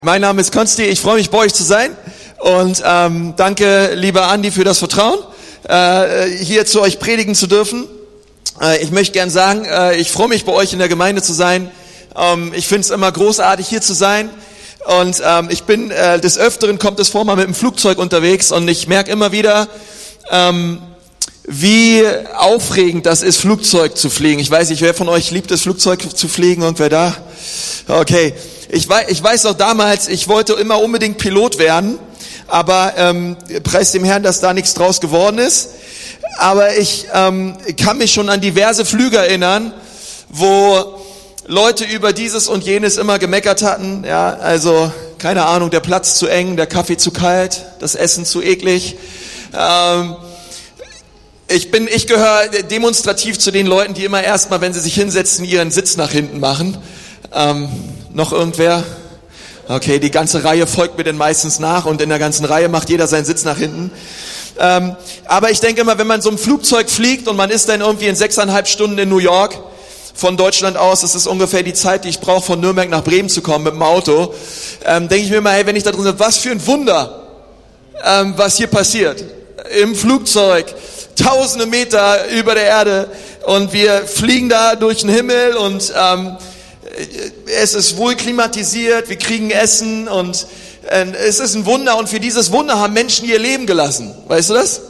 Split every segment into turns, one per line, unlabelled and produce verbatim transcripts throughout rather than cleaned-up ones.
Mein Name ist Konsti, ich freue mich, bei euch zu sein und ähm, danke, lieber Andi, für das Vertrauen, äh, hier zu euch predigen zu dürfen. Äh, ich möchte gern sagen, äh, ich freue mich, bei euch in der Gemeinde zu sein. Ähm, ich finde es immer großartig, hier zu sein und ähm, ich bin, äh, des Öfteren kommt es vor, mal mit dem Flugzeug unterwegs und ich merke immer wieder, ähm, wie aufregend das ist, Flugzeug zu fliegen. Ich weiß nicht, wer von euch liebt es, Flugzeug zu fliegen und wer da? Okay. Ich weiß, ich weiß auch damals, ich wollte immer unbedingt Pilot werden, aber ähm, preis dem Herrn, dass da nichts draus geworden ist. Aber ich ähm, kann mich schon an diverse Flüge erinnern, wo Leute über dieses und jenes immer gemeckert hatten. Ja, also keine Ahnung, der Platz zu eng, der Kaffee zu kalt, das Essen zu eklig. Ähm, ich bin, ich gehöre demonstrativ zu den Leuten, die immer erstmal, wenn sie sich hinsetzen, ihren Sitz nach hinten machen. Ähm, Noch irgendwer? Okay, die ganze Reihe folgt mir denn meistens nach und in der ganzen Reihe macht jeder seinen Sitz nach hinten. Ähm, aber ich denke immer, wenn man so ein Flugzeug fliegt und man ist dann irgendwie in sechseinhalb Stunden in New York von Deutschland aus, das ist ungefähr die Zeit, die ich brauche, von Nürnberg nach Bremen zu kommen mit dem Auto, ähm, denke ich mir immer, hey, wenn ich da drin bin, was für ein Wunder, ähm, was hier passiert. Im Flugzeug, tausende Meter über der Erde und wir fliegen da durch den Himmel und ähm, es ist wohl klimatisiert, wir kriegen Essen und äh, es ist ein Wunder und für dieses Wunder haben Menschen ihr Leben gelassen. Weißt du das?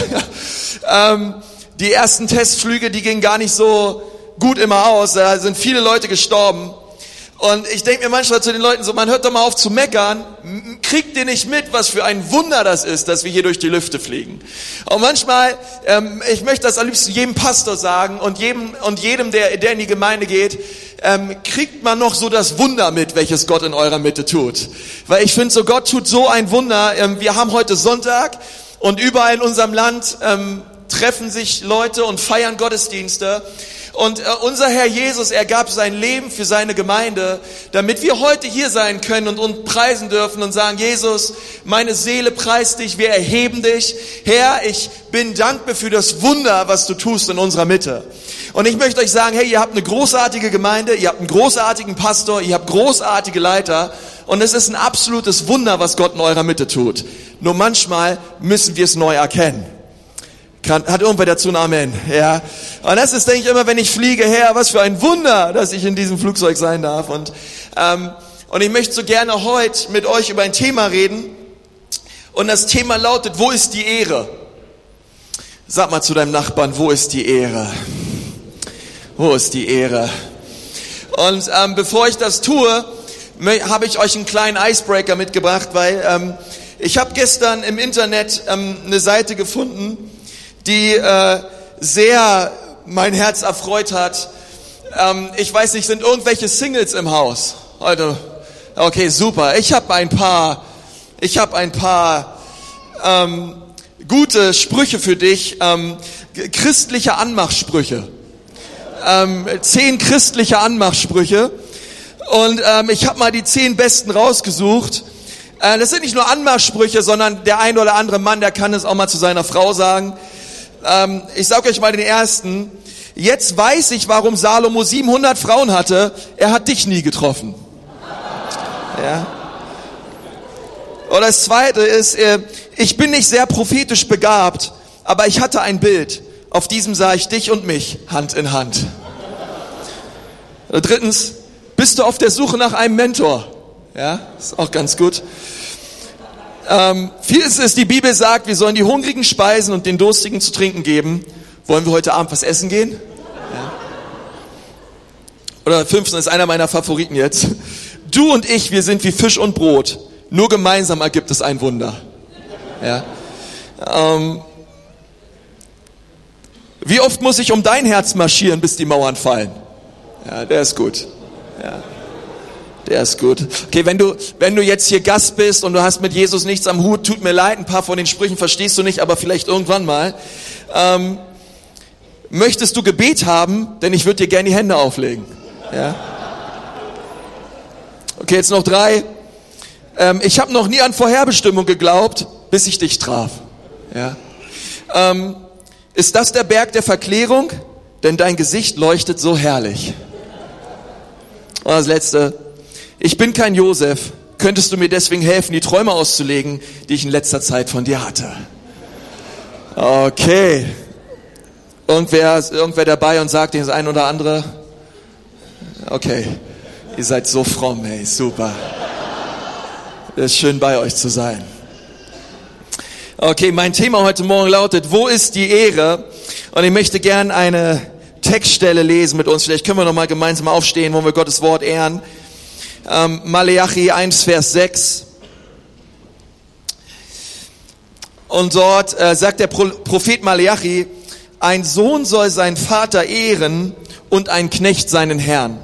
ähm, die ersten Testflüge, die gingen gar nicht so gut immer aus, da sind viele Leute gestorben. Und ich denke mir manchmal zu den Leuten so, man hört doch mal auf zu meckern, kriegt ihr nicht mit, was für ein Wunder das ist, dass wir hier durch die Lüfte fliegen. Und manchmal, ähm, ich möchte das am liebsten jedem Pastor sagen und jedem, und jedem der, der in die Gemeinde geht, ähm, kriegt man noch so das Wunder mit, welches Gott in eurer Mitte tut. Weil ich finde so, Gott tut so ein Wunder. Ähm, wir haben heute Sonntag und überall in unserem Land ähm, treffen sich Leute und feiern Gottesdienste. Und äh, unser Herr Jesus, er gab sein Leben für seine Gemeinde, damit wir heute hier sein können und uns preisen dürfen und sagen, Jesus, meine Seele preist dich, wir erheben dich. Herr, ich bin dankbar für das Wunder, was du tust in unserer Mitte. Und ich möchte euch sagen, hey, ihr habt eine großartige Gemeinde, ihr habt einen großartigen Pastor, ihr habt großartige Leiter und es ist ein absolutes Wunder, was Gott in eurer Mitte tut. Nur manchmal müssen wir es neu erkennen. Kann, hat irgendwer dazu ein Amen? Ja. Und das ist, denke ich, immer, wenn ich fliege, Herr, was für ein Wunder, dass ich in diesem Flugzeug sein darf. Und, ähm, und ich möchte so gerne heute mit euch über ein Thema reden. Und das Thema lautet, wo ist die Ehre? Sag mal zu deinem Nachbarn, wo ist die Ehre? Wo ist die Ehre? Und ähm, bevor ich das tue, habe ich euch einen kleinen Icebreaker mitgebracht, weil ähm, ich habe gestern im Internet ähm, eine Seite gefunden, die äh, sehr mein Herz erfreut hat. Ähm, ich weiß nicht, sind irgendwelche Singles im Haus heute? Okay, super. Ich habe ein paar, ich habe ein paar ähm, gute Sprüche für dich, ähm, christliche Anmachsprüche, ähm, zehn christliche Anmachsprüche. Und ähm, ich habe mal die zehn besten rausgesucht. Äh, das sind nicht nur Anmachsprüche, sondern der ein oder andere Mann, der kann es auch mal zu seiner Frau sagen. Ähm, ich sage euch mal den ersten. Jetzt weiß ich, warum Salomo siebenhundert Frauen hatte. Er hat dich nie getroffen. Ja. Oder das zweite ist, äh, ich bin nicht sehr prophetisch begabt, aber ich hatte ein Bild. Auf diesem sah ich dich und mich Hand in Hand. Oder drittens, bist du auf der Suche nach einem Mentor? Ja, ist auch ganz gut. Ähm, vieles ist, die Bibel sagt, wir sollen die Hungrigen speisen und den Durstigen zu trinken geben. Wollen wir heute Abend was essen gehen? Ja. Oder fünftens ist einer meiner Favoriten jetzt. Du und ich, wir sind wie Fisch und Brot. Nur gemeinsam ergibt es ein Wunder. Ja. Ähm, wie oft muss ich um dein Herz marschieren, bis die Mauern fallen? Ja, der ist gut. Ja. Der ist gut. Okay, wenn du, wenn du jetzt hier Gast bist und du hast mit Jesus nichts am Hut, tut mir leid, ein paar von den Sprüchen verstehst du nicht, aber vielleicht irgendwann mal. Ähm, möchtest du Gebet haben? Denn ich würde dir gerne die Hände auflegen. Ja. Okay, jetzt noch drei. Ähm, ich habe noch nie an Vorherbestimmung geglaubt, bis ich dich traf. Ja. Ähm, ist das der Berg der Verklärung? Denn dein Gesicht leuchtet so herrlich. Und das letzte. Ich bin kein Josef, könntest du mir deswegen helfen, die Träume auszulegen, die ich in letzter Zeit von dir hatte? Okay. Irgendwer, irgendwer dabei und sagt das ein oder andere? Okay. Ihr seid so fromm, hey, super. Es ist schön, bei euch zu sein. Okay, mein Thema heute Morgen lautet, wo ist die Ehre? Und ich möchte gern eine Textstelle lesen mit uns. Vielleicht können wir noch mal gemeinsam aufstehen, wo wir Gottes Wort ehren. Ähm, Maleachi eins, Vers sechs. Und dort äh, sagt der Pro- Prophet Maleachi, ein Sohn soll seinen Vater ehren und ein Knecht seinen Herrn.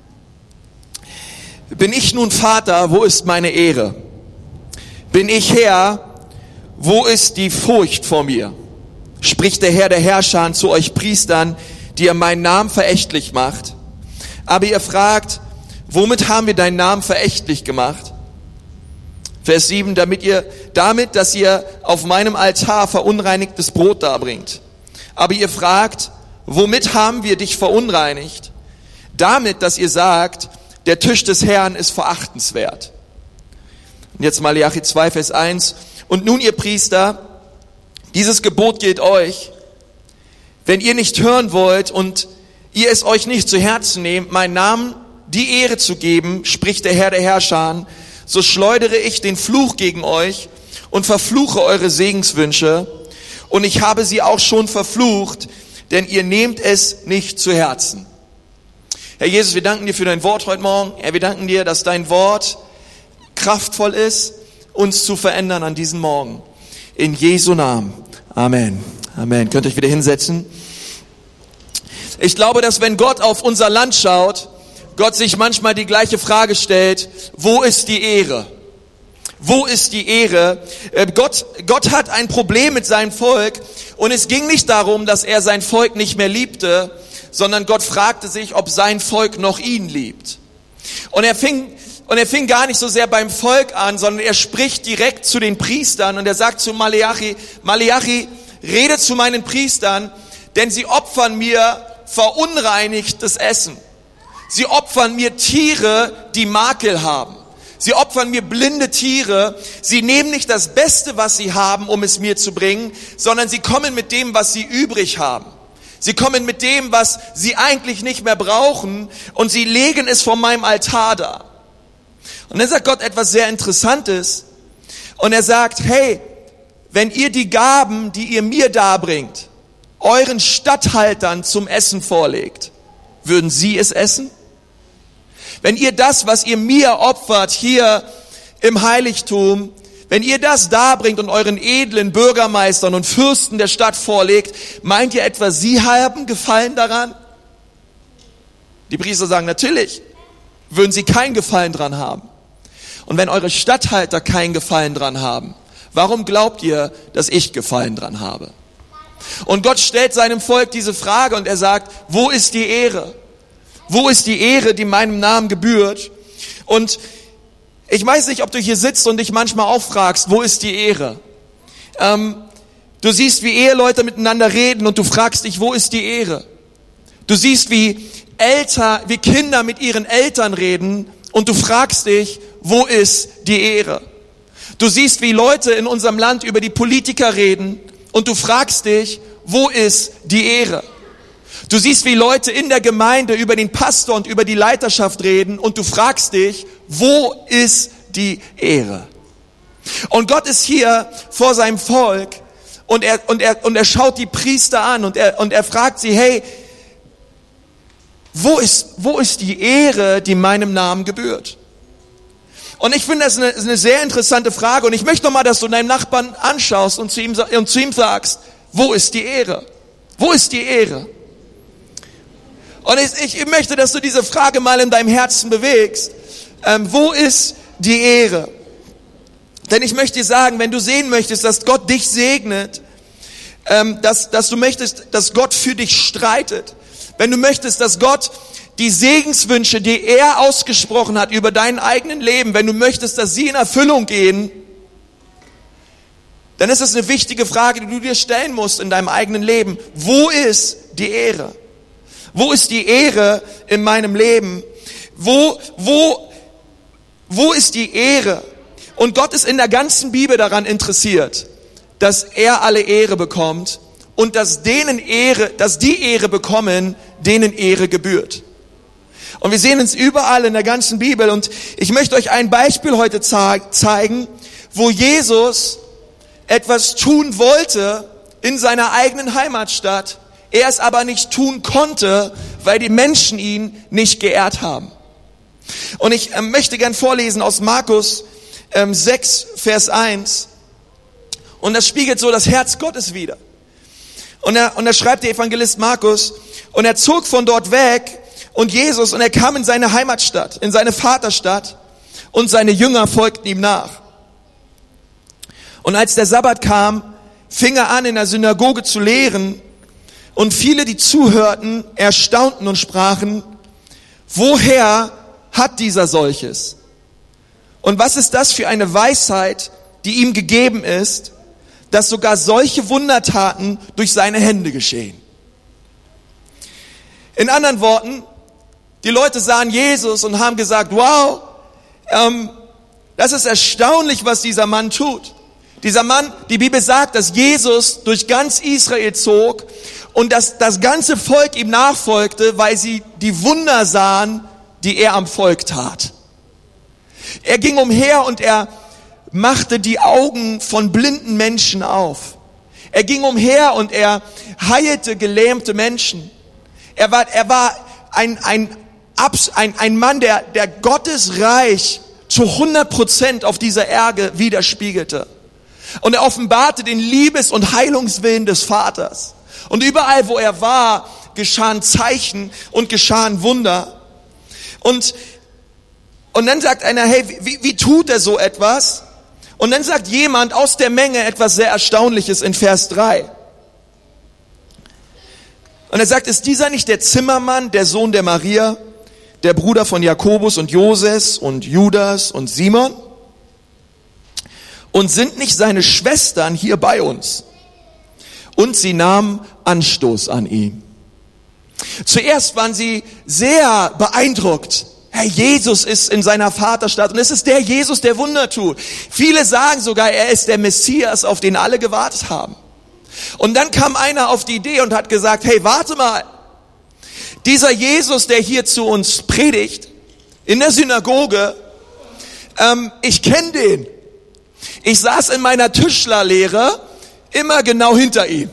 Bin ich nun Vater, wo ist meine Ehre? Bin ich Herr, wo ist die Furcht vor mir? Spricht der Herr der Herrscher zu euch Priestern, die ihr meinen Namen verächtlich macht. Aber ihr fragt, womit haben wir deinen Namen verächtlich gemacht? Vers sieben, damit ihr, damit, dass ihr auf meinem Altar verunreinigtes Brot darbringt. Aber ihr fragt, womit haben wir dich verunreinigt? Damit, dass ihr sagt, der Tisch des Herrn ist verachtenswert. Und jetzt Maleachi zwei, Vers eins. Und nun, ihr Priester, dieses Gebot gilt euch, wenn ihr nicht hören wollt und ihr es euch nicht zu Herzen nehmt, meinen Namen die Ehre zu geben, spricht der Herr der Herrscher, so schleudere ich den Fluch gegen euch und verfluche eure Segenswünsche. Und ich habe sie auch schon verflucht, denn ihr nehmt es nicht zu Herzen. Herr Jesus, wir danken dir für dein Wort heute Morgen. Herr, wir danken dir, dass dein Wort kraftvoll ist, uns zu verändern an diesem Morgen. In Jesu Namen. Amen. Amen. Könnt ihr euch wieder hinsetzen? Ich glaube, dass wenn Gott auf unser Land schaut, Gott sich manchmal die gleiche Frage stellt, wo ist die Ehre? Wo ist die Ehre? Gott, Gott hat ein Problem mit seinem Volk und es ging nicht darum, dass er sein Volk nicht mehr liebte, sondern Gott fragte sich, ob sein Volk noch ihn liebt. Und er fing, und er fing gar nicht so sehr beim Volk an, sondern er spricht direkt zu den Priestern und er sagt zu Maleachi, Maleachi, rede zu meinen Priestern, denn sie opfern mir verunreinigtes Essen. Sie opfern mir Tiere, die Makel haben. Sie opfern mir blinde Tiere. Sie nehmen nicht das Beste, was sie haben, um es mir zu bringen, sondern sie kommen mit dem, was sie übrig haben. Sie kommen mit dem, was sie eigentlich nicht mehr brauchen und sie legen es vor meinem Altar da. Und dann sagt Gott etwas sehr Interessantes und er sagt, hey, wenn ihr die Gaben, die ihr mir darbringt, euren Statthaltern zum Essen vorlegt, würden sie es essen? Wenn ihr das, was ihr mir opfert hier im Heiligtum, wenn ihr das darbringt und euren edlen Bürgermeistern und Fürsten der Stadt vorlegt, meint ihr etwa, sie haben Gefallen daran? Die Priester sagen, natürlich, würden sie keinen Gefallen dran haben. Und wenn eure Statthalter keinen Gefallen dran haben, warum glaubt ihr, dass ich Gefallen dran habe? Und Gott stellt seinem Volk diese Frage und er sagt, wo ist die Ehre? Wo ist die Ehre, die meinem Namen gebührt? Und ich weiß nicht, ob du hier sitzt und dich manchmal auch fragst, wo ist die Ehre? Ähm, du siehst, wie Eheleute miteinander reden und du fragst dich, wo ist die Ehre? Du siehst, wie Eltern, wie Kinder mit ihren Eltern reden und du fragst dich, wo ist die Ehre? Du siehst, wie Leute in unserem Land über die Politiker reden und du fragst dich, wo ist die Ehre? Du siehst, wie Leute in der Gemeinde über den Pastor und über die Leiterschaft reden und du fragst dich, wo ist die Ehre? Und Gott ist hier vor seinem Volk und er, und er, und er schaut die Priester an und er, und er fragt sie, hey, wo ist, wo ist die Ehre, die meinem Namen gebührt? Und ich finde, das ist eine, eine sehr interessante Frage und ich möchte nochmal, dass du deinem Nachbarn anschaust und zu ihm, und zu ihm sagst, wo ist die Ehre? Wo ist die Ehre? Und ich, ich möchte, dass du diese Frage mal in deinem Herzen bewegst. Ähm, wo ist die Ehre? Denn ich möchte dir sagen, wenn du sehen möchtest, dass Gott dich segnet, ähm, dass, dass du möchtest, dass Gott für dich streitet, wenn du möchtest, dass Gott die Segenswünsche, die er ausgesprochen hat über dein eigenen Leben, wenn du möchtest, dass sie in Erfüllung gehen, dann ist es eine wichtige Frage, die du dir stellen musst in deinem eigenen Leben. Wo ist die Ehre? Wo ist die Ehre in meinem Leben? Wo, wo, Wo ist die Ehre? Und Gott ist in der ganzen Bibel daran interessiert, dass er alle Ehre bekommt und dass denen Ehre, dass die Ehre bekommen, denen Ehre gebührt. Und wir sehen es überall in der ganzen Bibel. Und ich möchte euch ein Beispiel heute zeigen, wo Jesus etwas tun wollte in seiner eigenen Heimatstadt, er es aber nicht tun konnte, weil die Menschen ihn nicht geehrt haben. Und ich äh, möchte gern vorlesen aus Markus ähm, sechs, Vers eins. Und das spiegelt so das Herz Gottes wider. Und er, und er schreibt der Evangelist Markus, und er zog von dort weg, und Jesus, und er kam in seine Heimatstadt, in seine Vaterstadt, und seine Jünger folgten ihm nach. Und als der Sabbat kam, fing er an, in der Synagoge zu lehren, und viele, die zuhörten, erstaunten und sprachen, woher hat dieser solches? Und was ist das für eine Weisheit, die ihm gegeben ist, dass sogar solche Wundertaten durch seine Hände geschehen? In anderen Worten, die Leute sahen Jesus und haben gesagt, wow, ähm, das ist erstaunlich, was dieser Mann tut. Dieser Mann, die Bibel sagt, dass Jesus durch ganz Israel zog und dass das ganze Volk ihm nachfolgte, weil sie die Wunder sahen, die er am Volk tat. Er ging umher und er machte die Augen von blinden Menschen auf. Er ging umher und er heilte gelähmte Menschen. Er war, er war ein, ein, ein, ein Mann, der, der Gottes Reich zu hundert Prozent auf dieser Erde widerspiegelte. Und er offenbarte den Liebes- und Heilungswillen des Vaters. Und überall, wo er war, geschahen Zeichen und geschahen Wunder. Und, und dann sagt einer, hey, wie, wie tut er so etwas? Und dann sagt jemand aus der Menge etwas sehr Erstaunliches in Vers drei. Und er sagt, ist dieser nicht der Zimmermann, der Sohn der Maria, der Bruder von Jakobus und Joses und Judas und Simon? Und sind nicht seine Schwestern hier bei uns? Und sie nahmen Anstoß an ihm. Zuerst waren sie sehr beeindruckt. Herr, Jesus ist in seiner Vaterstadt und es ist der Jesus, der Wunder tut. Viele sagen sogar, er ist der Messias, auf den alle gewartet haben. Und dann kam einer auf die Idee und hat gesagt, hey, warte mal. Dieser Jesus, der hier zu uns predigt, in der Synagoge, ähm, ich kenne den. Ich saß in meiner Tischlerlehre immer genau hinter ihm.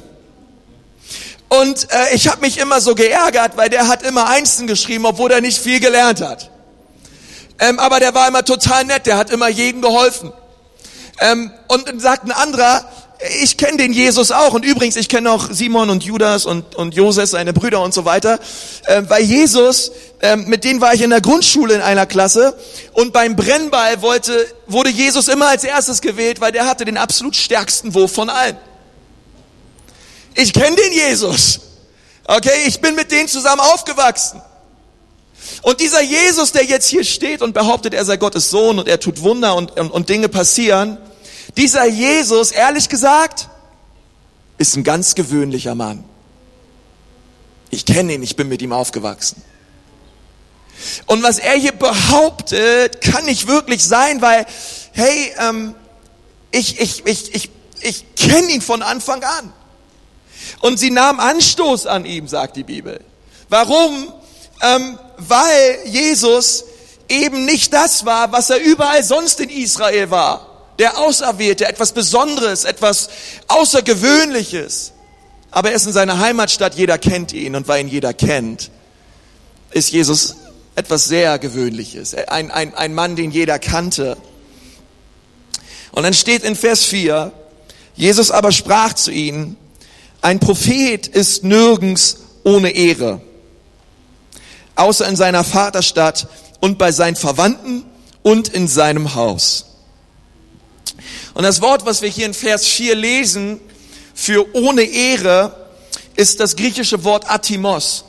Und äh, ich habe mich immer so geärgert, weil der hat immer Einsen geschrieben, obwohl er nicht viel gelernt hat. Ähm, aber der war immer total nett, der hat immer jedem geholfen. Ähm, und dann sagt ein anderer, ich kenne den Jesus auch. Und übrigens, ich kenne auch Simon und Judas und, und Joses, seine Brüder und so weiter. Ähm, weil Jesus, ähm, mit denen war ich in der Grundschule in einer Klasse. Und beim Brennball wollte, wurde Jesus immer als erstes gewählt, weil der hatte den absolut stärksten Wurf von allen. Ich kenne den Jesus. Okay, ich bin mit denen zusammen aufgewachsen. Und dieser Jesus, der jetzt hier steht und behauptet, er sei Gottes Sohn und er tut Wunder und, und, und Dinge passieren, dieser Jesus, ehrlich gesagt, ist ein ganz gewöhnlicher Mann. Ich kenne ihn, ich bin mit ihm aufgewachsen. Und was er hier behauptet, kann nicht wirklich sein, weil, hey, ähm, ich, ich, ich, ich, ich kenne ihn von Anfang an. Und sie nahmen Anstoß an ihm, sagt die Bibel. Warum? Ähm, weil Jesus eben nicht das war, was er überall sonst in Israel war. Der Auserwählte, etwas Besonderes, etwas Außergewöhnliches. Aber er ist in seiner Heimatstadt, jeder kennt ihn. Und weil ihn jeder kennt, ist Jesus etwas sehr Gewöhnliches. Ein, ein, ein Mann, den jeder kannte. Und dann steht in Vers vier, Jesus aber sprach zu ihnen, ein Prophet ist nirgends ohne Ehre, außer in seiner Vaterstadt und bei seinen Verwandten und in seinem Haus. Und das Wort, was wir hier in Vers vier lesen, für ohne Ehre, ist das griechische Wort Atimos.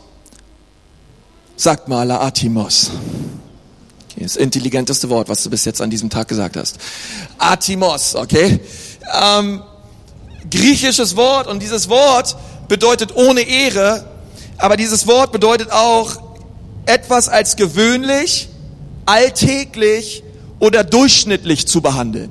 Sagt mal, Atimos. Okay, das intelligenteste Wort, was du bis jetzt an diesem Tag gesagt hast. Atimos, okay? Ähm, griechisches Wort, und dieses Wort bedeutet ohne Ehre, aber dieses Wort bedeutet auch etwas als gewöhnlich, alltäglich oder durchschnittlich zu behandeln.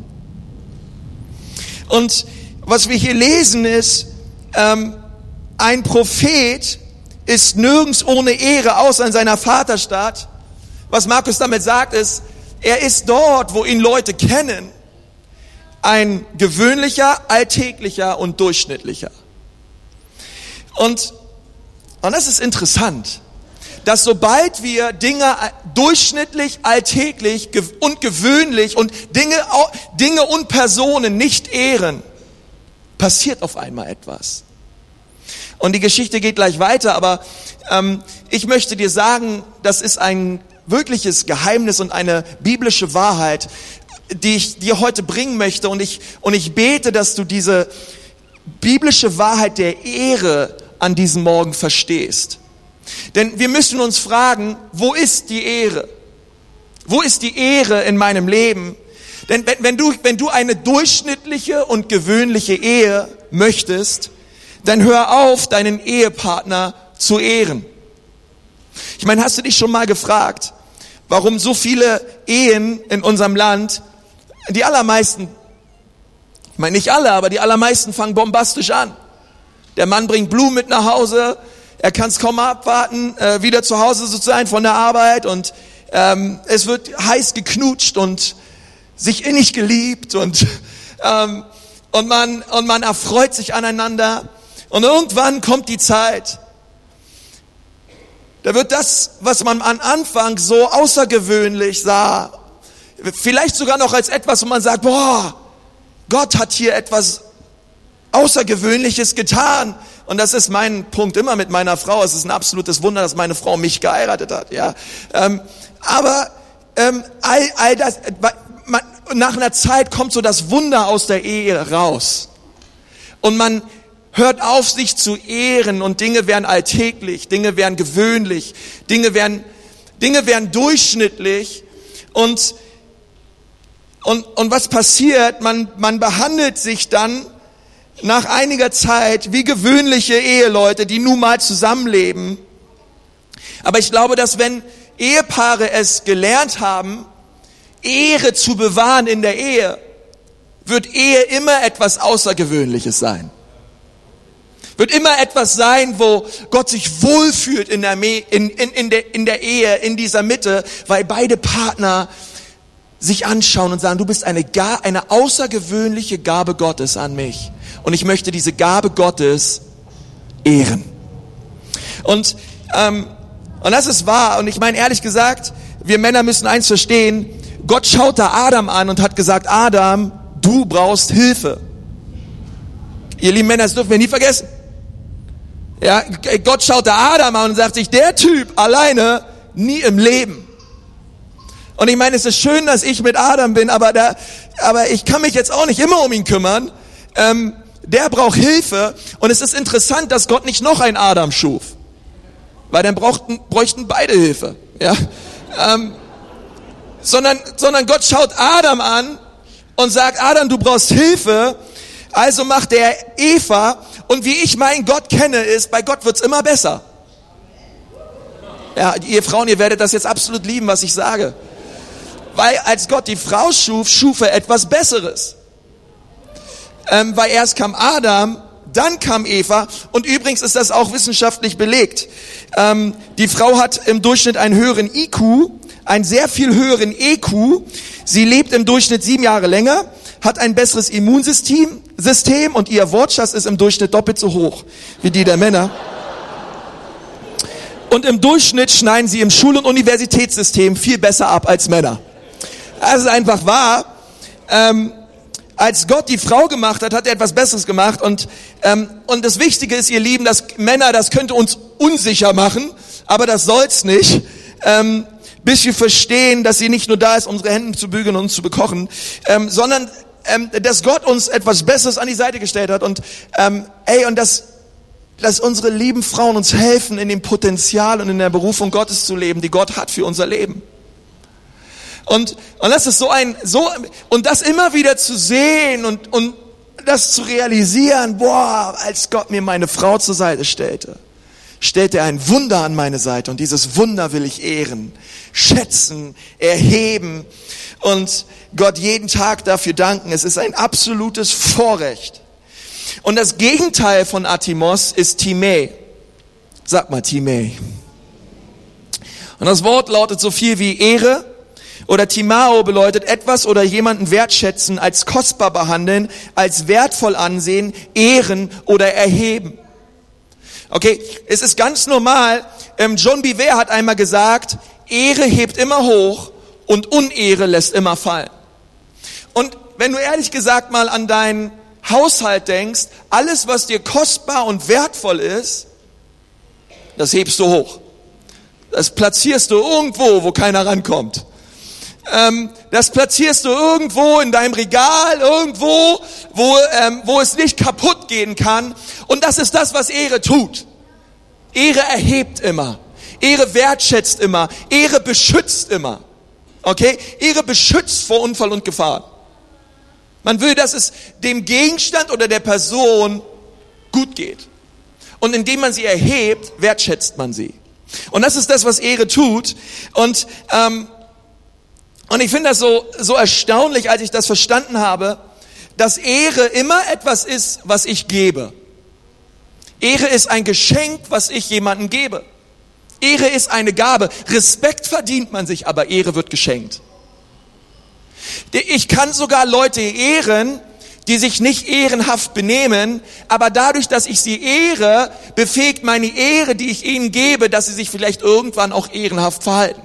Und was wir hier lesen ist, ähm, ein Prophet ist nirgends ohne Ehre, außer in seiner Vaterstadt. Was Markus damit sagt ist, er ist dort, wo ihn Leute kennen, ein gewöhnlicher, alltäglicher und durchschnittlicher. Und, und das ist interessant, dass sobald wir Dinge durchschnittlich, alltäglich und gewöhnlich und Dinge, Dinge und Personen nicht ehren, passiert auf einmal etwas. Und die Geschichte geht gleich weiter, aber ähm, ich möchte dir sagen, das ist ein wirkliches Geheimnis und eine biblische Wahrheit, die ich dir heute bringen möchte. Und ich, und ich bete, dass du diese biblische Wahrheit der Ehre an diesem Morgen verstehst. Denn wir müssen uns fragen, wo ist die Ehre? Wo ist die Ehre in meinem Leben? Denn wenn, wenn du, wenn du eine durchschnittliche und gewöhnliche Ehe möchtest, dann hör auf, deinen Ehepartner zu ehren. Ich meine, hast du dich schon mal gefragt, warum so viele Ehen in unserem Land, die allermeisten, ich meine nicht alle, aber die allermeisten fangen bombastisch an. Der Mann bringt Blumen mit nach Hause, er kann es kaum abwarten, äh, wieder zu Hause zu sein von der Arbeit und ähm, es wird heiß geknutscht und sich innig geliebt und ähm, und man und man erfreut sich aneinander und irgendwann kommt die Zeit. Da wird das, was man am Anfang so außergewöhnlich sah, vielleicht sogar noch als etwas, wo man sagt, boah, Gott hat hier etwas Außergewöhnliches getan. Und das ist mein Punkt immer mit meiner Frau. Es ist ein absolutes Wunder, dass meine Frau mich geheiratet hat. Ja, ähm, aber ähm, all, all das, man, nach einer Zeit kommt so das Wunder aus der Ehe raus. Und man hört auf, sich zu ehren und Dinge werden alltäglich, Dinge werden gewöhnlich, Dinge werden, Dinge werden durchschnittlich und, und, und was passiert? Man, man behandelt sich dann nach einiger Zeit wie gewöhnliche Eheleute, die nun mal zusammenleben. Aber ich glaube, dass wenn Ehepaare es gelernt haben, Ehre zu bewahren in der Ehe, wird Ehe immer etwas Außergewöhnliches sein. Wird immer etwas sein, wo Gott sich wohlfühlt in der, in, in, in, der, in der Ehe, in dieser Mitte, weil beide Partner sich anschauen und sagen, du bist eine, eine außergewöhnliche Gabe Gottes an mich. Und ich möchte diese Gabe Gottes ehren. Und, ähm, und das ist wahr. Und ich meine, ehrlich gesagt, wir Männer müssen eins verstehen. Gott schaut da Adam an und hat gesagt, Adam, du brauchst Hilfe. Ihr lieben Männer, das dürfen wir nie vergessen. Ja, Gott schaut da Adam an und sagt sich, der Typ alleine nie im Leben. Und ich meine, es ist schön, dass ich mit Adam bin, aber da, aber ich kann mich jetzt auch nicht immer um ihn kümmern. Ähm, der braucht Hilfe. Und es ist interessant, dass Gott nicht noch einen Adam schuf, weil dann brauchten, bräuchten beide Hilfe. Ja, ähm, sondern, sondern Gott schaut Adam an und sagt, Adam, du brauchst Hilfe. Also macht er Eva, und wie ich meinen Gott kenne, ist, bei Gott wird's immer besser. Ja, ihr Frauen, ihr werdet das jetzt absolut lieben, was ich sage. Weil als Gott die Frau schuf, schuf er etwas Besseres. Ähm, weil erst kam Adam, dann kam Eva, und übrigens ist das auch wissenschaftlich belegt. Ähm, die Frau hat im Durchschnitt einen höheren I Q, einen sehr viel höheren E Q. Sie lebt im Durchschnitt sieben Jahre länger, hat ein besseres Immunsystem System, und ihr Wortschatz ist im Durchschnitt doppelt so hoch wie die der Männer. Und im Durchschnitt schneiden sie im Schul- und Universitätssystem viel besser ab als Männer. Das ist einfach wahr. Ähm, als Gott die Frau gemacht hat, hat er etwas Besseres gemacht. Und, ähm, und das Wichtige ist, ihr Lieben, dass Männer, das könnte uns unsicher machen, aber das soll's nicht. Ähm, bis wir verstehen, dass sie nicht nur da ist, unsere Hände zu bügeln und uns zu bekochen, ähm, sondern ähm, dass Gott uns etwas Besseres an die Seite gestellt hat. Und ähm, ey, und dass, dass unsere lieben Frauen uns helfen, in dem Potenzial und in der Berufung Gottes zu leben, die Gott hat für unser Leben. Und, und das ist so ein, so, und das immer wieder zu sehen und, und das zu realisieren, boah, als Gott mir meine Frau zur Seite stellte, stellte er ein Wunder an meine Seite, und dieses Wunder will ich ehren, schätzen, erheben. und Gott jeden Tag dafür danken. Es ist ein absolutes Vorrecht. Und das Gegenteil von Atimos ist Timä. Sag mal Timä. Und das Wort lautet so viel wie Ehre oder Timao bedeutet etwas oder jemanden wertschätzen, als kostbar behandeln, als wertvoll ansehen, ehren oder erheben. Okay, es ist ganz normal, ähm, John Bevere hat einmal gesagt, Ehre hebt immer hoch und Unehre lässt immer fallen. Und wenn du ehrlich gesagt mal an deinen Haushalt denkst, alles was dir kostbar und wertvoll ist, das hebst du hoch. Das platzierst du irgendwo, wo keiner rankommt. Ähm, das platzierst du irgendwo in deinem Regal, irgendwo, wo, ähm, wo es nicht kaputt gehen kann. Und das ist das, was Ehre tut. Ehre erhebt immer. Ehre wertschätzt immer. Ehre beschützt immer. Okay? Ehre beschützt vor Unfall und Gefahr. Man will, dass es dem Gegenstand oder der Person gut geht. Und indem man sie erhebt, wertschätzt man sie. Und das ist das, was Ehre tut. Und ähm, und ich finde das so so erstaunlich, als ich das verstanden habe, dass Ehre immer etwas ist, was ich gebe. Ehre ist ein Geschenk, was ich jemandem gebe. Ehre ist eine Gabe. Respekt verdient man sich, aber Ehre wird geschenkt. Ich kann sogar Leute ehren, die sich nicht ehrenhaft benehmen, aber dadurch, dass ich sie ehre, befähigt meine Ehre, die ich ihnen gebe, dass sie sich vielleicht irgendwann auch ehrenhaft verhalten.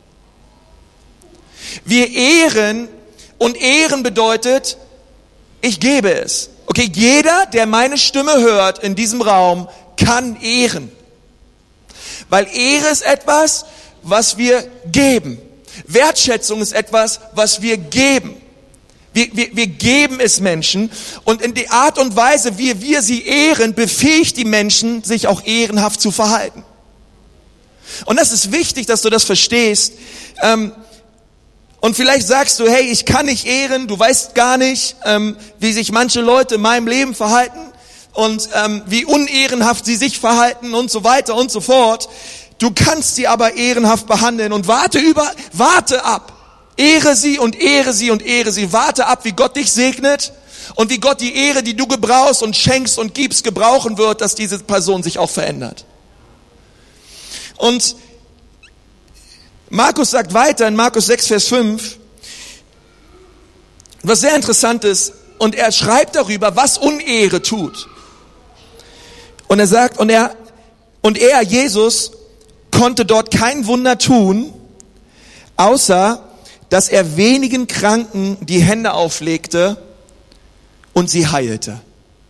Wir ehren und Ehren bedeutet, ich gebe es. Okay, jeder, der meine Stimme hört in diesem Raum, kann ehren. Weil Ehre ist etwas, was wir geben. Wertschätzung ist etwas, was wir geben. Wir, wir, wir geben es Menschen und in der Art und Weise, wie wir sie ehren, befähigt die Menschen, sich auch ehrenhaft zu verhalten. Und das ist wichtig, dass du das verstehst. Ähm, und vielleicht sagst du, hey, ich kann nicht ehren, du weißt gar nicht, ähm, wie sich manche Leute in meinem Leben verhalten und ähm, wie unehrenhaft sie sich verhalten und so weiter und so fort. Du kannst sie aber ehrenhaft behandeln und warte über, warte ab. Ehre sie und ehre sie und ehre sie. Warte ab, wie Gott dich segnet und wie Gott die Ehre, die du gebrauchst und schenkst und gibst, gebrauchen wird, dass diese Person sich auch verändert. Und Markus sagt weiter in Markus sechs, Vers fünf, was sehr interessant ist, und er schreibt darüber, was Unehre tut. Und er sagt, und er, und er, Jesus, konnte dort kein Wunder tun, außer dass er wenigen Kranken die Hände auflegte und sie heilte.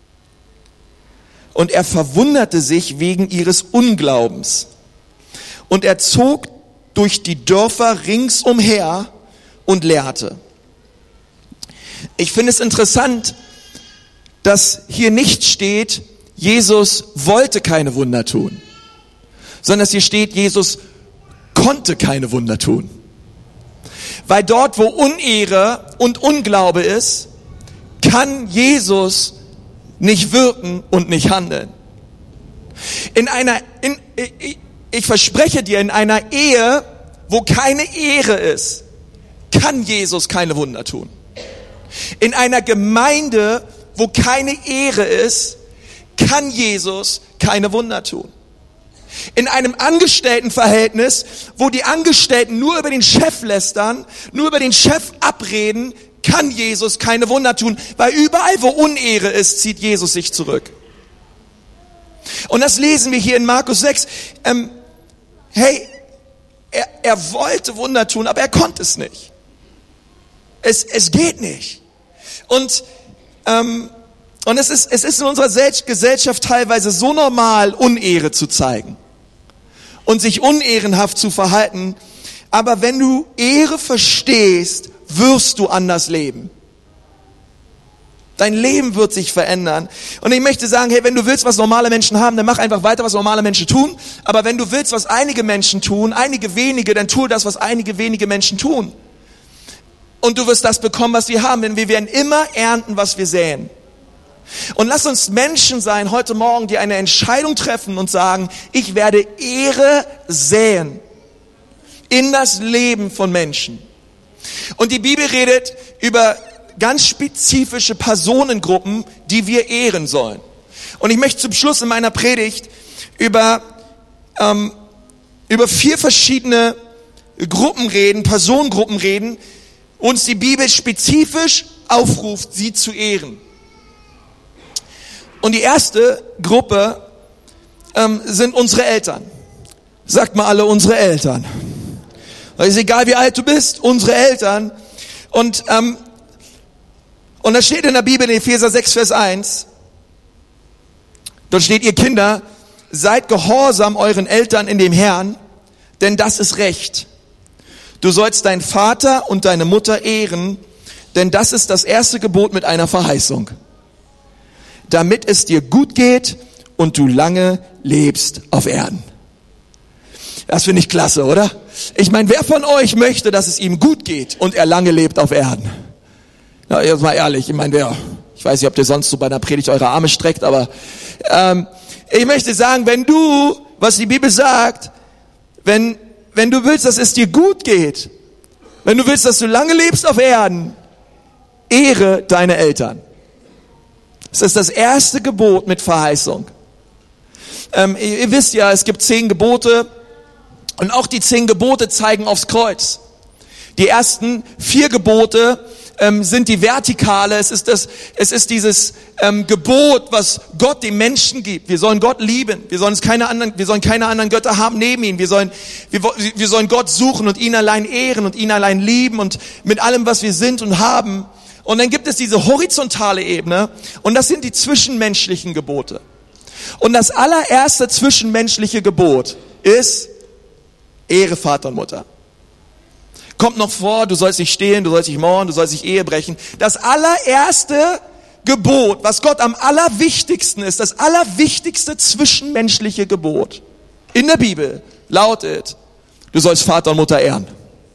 Und er verwunderte sich wegen ihres Unglaubens. Und er zog durch die Dörfer ringsumher und lehrte. Ich finde es interessant, dass hier nicht steht, Jesus wollte keine Wunder tun, sondern dass hier steht, Jesus konnte keine Wunder tun. Weil dort, wo Unehre und Unglaube ist, kann Jesus nicht wirken und nicht handeln. In einer, in, ich, ich verspreche dir, in einer Ehe, wo keine Ehre ist, kann Jesus keine Wunder tun. In einer Gemeinde, wo keine Ehre ist, kann Jesus keine Wunder tun. In einem Angestelltenverhältnis, wo die Angestellten nur über den Chef lästern, nur über den Chef abreden, kann Jesus keine Wunder tun, weil überall, wo Unehre ist, zieht Jesus sich zurück. Und das lesen wir hier in Markus sechs. Ähm, hey, er, er wollte Wunder tun, aber er konnte es nicht. Es, es geht nicht. Und ähm, und es ist, es ist in unserer Gesellschaft teilweise so normal, Unehre zu zeigen und sich unehrenhaft zu verhalten. Aber wenn du Ehre verstehst, wirst du anders leben. Dein Leben wird sich verändern. Und ich möchte sagen, hey, wenn du willst, was normale Menschen haben, dann mach einfach weiter, was normale Menschen tun. Aber wenn du willst, was einige Menschen tun, einige wenige, dann tue das, was einige wenige Menschen tun. Und du wirst das bekommen, was wir haben. Denn wir werden immer ernten, was wir säen. Und lass uns Menschen sein heute Morgen, die eine Entscheidung treffen und sagen, ich werde Ehre säen in das Leben von Menschen. Und die Bibel redet über ganz spezifische Personengruppen, die wir ehren sollen. Und ich möchte zum Schluss in meiner Predigt über, ähm, über vier verschiedene Gruppen reden, Personengruppen reden, uns die Bibel spezifisch aufruft, sie zu ehren. Und die erste Gruppe ähm, sind unsere Eltern. Sagt mal alle, unsere Eltern. Es ist egal, wie alt du bist, unsere Eltern. Und ähm, und das steht in der Bibel in Epheser sechs, Vers eins. Dort steht, ihr Kinder, seid gehorsam euren Eltern in dem Herrn, denn das ist Recht. Du sollst deinen Vater und deine Mutter ehren, denn das ist das erste Gebot mit einer Verheißung. Damit es dir gut geht und du lange lebst auf Erden. Das finde ich klasse, oder? Ich meine, wer von euch möchte, dass es ihm gut geht und er lange lebt auf Erden? Na, jetzt mal ehrlich, ich meine, wer, ich weiß nicht, ob ihr sonst so bei einer Predigt eure Arme streckt, aber ähm, ich möchte sagen, wenn du, was die Bibel sagt, wenn wenn du willst, dass es dir gut geht, wenn du willst, dass du lange lebst auf Erden, ehre deine Eltern. Das ist das erste Gebot mit Verheißung. Ähm, ihr, ihr wisst ja, es gibt zehn Gebote und auch die zehn Gebote zeigen aufs Kreuz. Die ersten vier Gebote ähm, sind die vertikale. Es ist das, es ist dieses ähm, Gebot, was Gott dem Menschen gibt. Wir sollen Gott lieben. Wir sollen es keine anderen, wir sollen keine anderen Götter haben neben ihm. Wir sollen, wir, wir sollen Gott suchen und ihn allein ehren und ihn allein lieben und mit allem, was wir sind und haben. Und dann gibt es diese horizontale Ebene und das sind die zwischenmenschlichen Gebote. Und das allererste zwischenmenschliche Gebot ist Ehre Vater und Mutter. Kommt noch vor, du sollst nicht stehlen, du sollst nicht morden, du sollst nicht Ehe brechen. Das allererste Gebot, was Gott am allerwichtigsten ist, das allerwichtigste zwischenmenschliche Gebot in der Bibel lautet, du sollst Vater und Mutter ehren.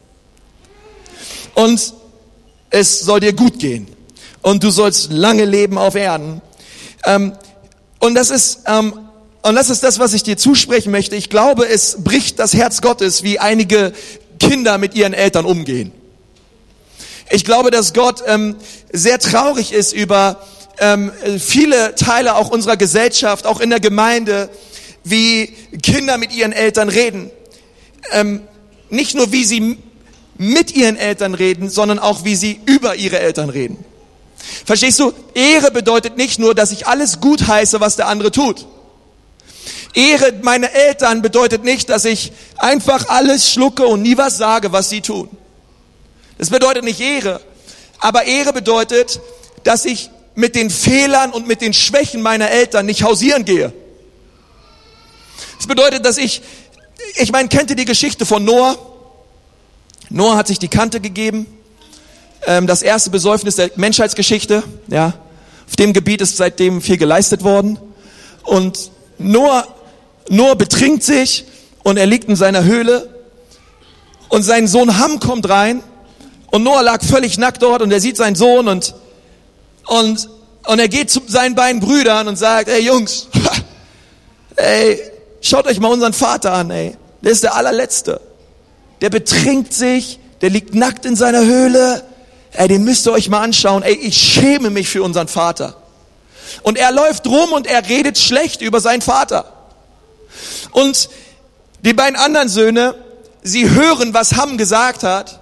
Und es soll dir gut gehen. Und du sollst lange leben auf Erden. Ähm, und das ist, ähm, und das ist das, was ich dir zusprechen möchte. Ich glaube, es bricht das Herz Gottes, wie einige Kinder mit ihren Eltern umgehen. Ich glaube, dass Gott ähm, sehr traurig ist über ähm, viele Teile auch unserer Gesellschaft, auch in der Gemeinde, wie Kinder mit ihren Eltern reden. Ähm, nicht nur, wie sie mit ihren Eltern reden, sondern auch, wie sie über ihre Eltern reden. Verstehst du? Ehre bedeutet nicht nur, dass ich alles gut heiße, was der andere tut. Ehre meiner Eltern bedeutet nicht, dass ich einfach alles schlucke und nie was sage, was sie tun. Das bedeutet nicht Ehre. Aber Ehre bedeutet, dass ich mit den Fehlern und mit den Schwächen meiner Eltern nicht hausieren gehe. Das bedeutet, dass ich, ich meine, kennt ihr die Geschichte von Noah? Noah hat sich die Kante gegeben. Das erste Besäufnis der Menschheitsgeschichte. Ja, auf dem Gebiet ist seitdem viel geleistet worden. Und Noah Noah betrinkt sich und er liegt in seiner Höhle und sein Sohn Ham kommt rein und Noah lag völlig nackt dort und er sieht seinen Sohn und und und er geht zu seinen beiden Brüdern und sagt, ey Jungs, ey, schaut euch mal unseren Vater an, ey, der ist der allerletzte, der betrinkt sich, der liegt nackt in seiner Höhle, ey, den müsst ihr euch mal anschauen, ey, ich schäme mich für unseren Vater. Und er läuft rum und er redet schlecht über seinen Vater. Und die beiden anderen Söhne, sie hören, was Ham gesagt hat.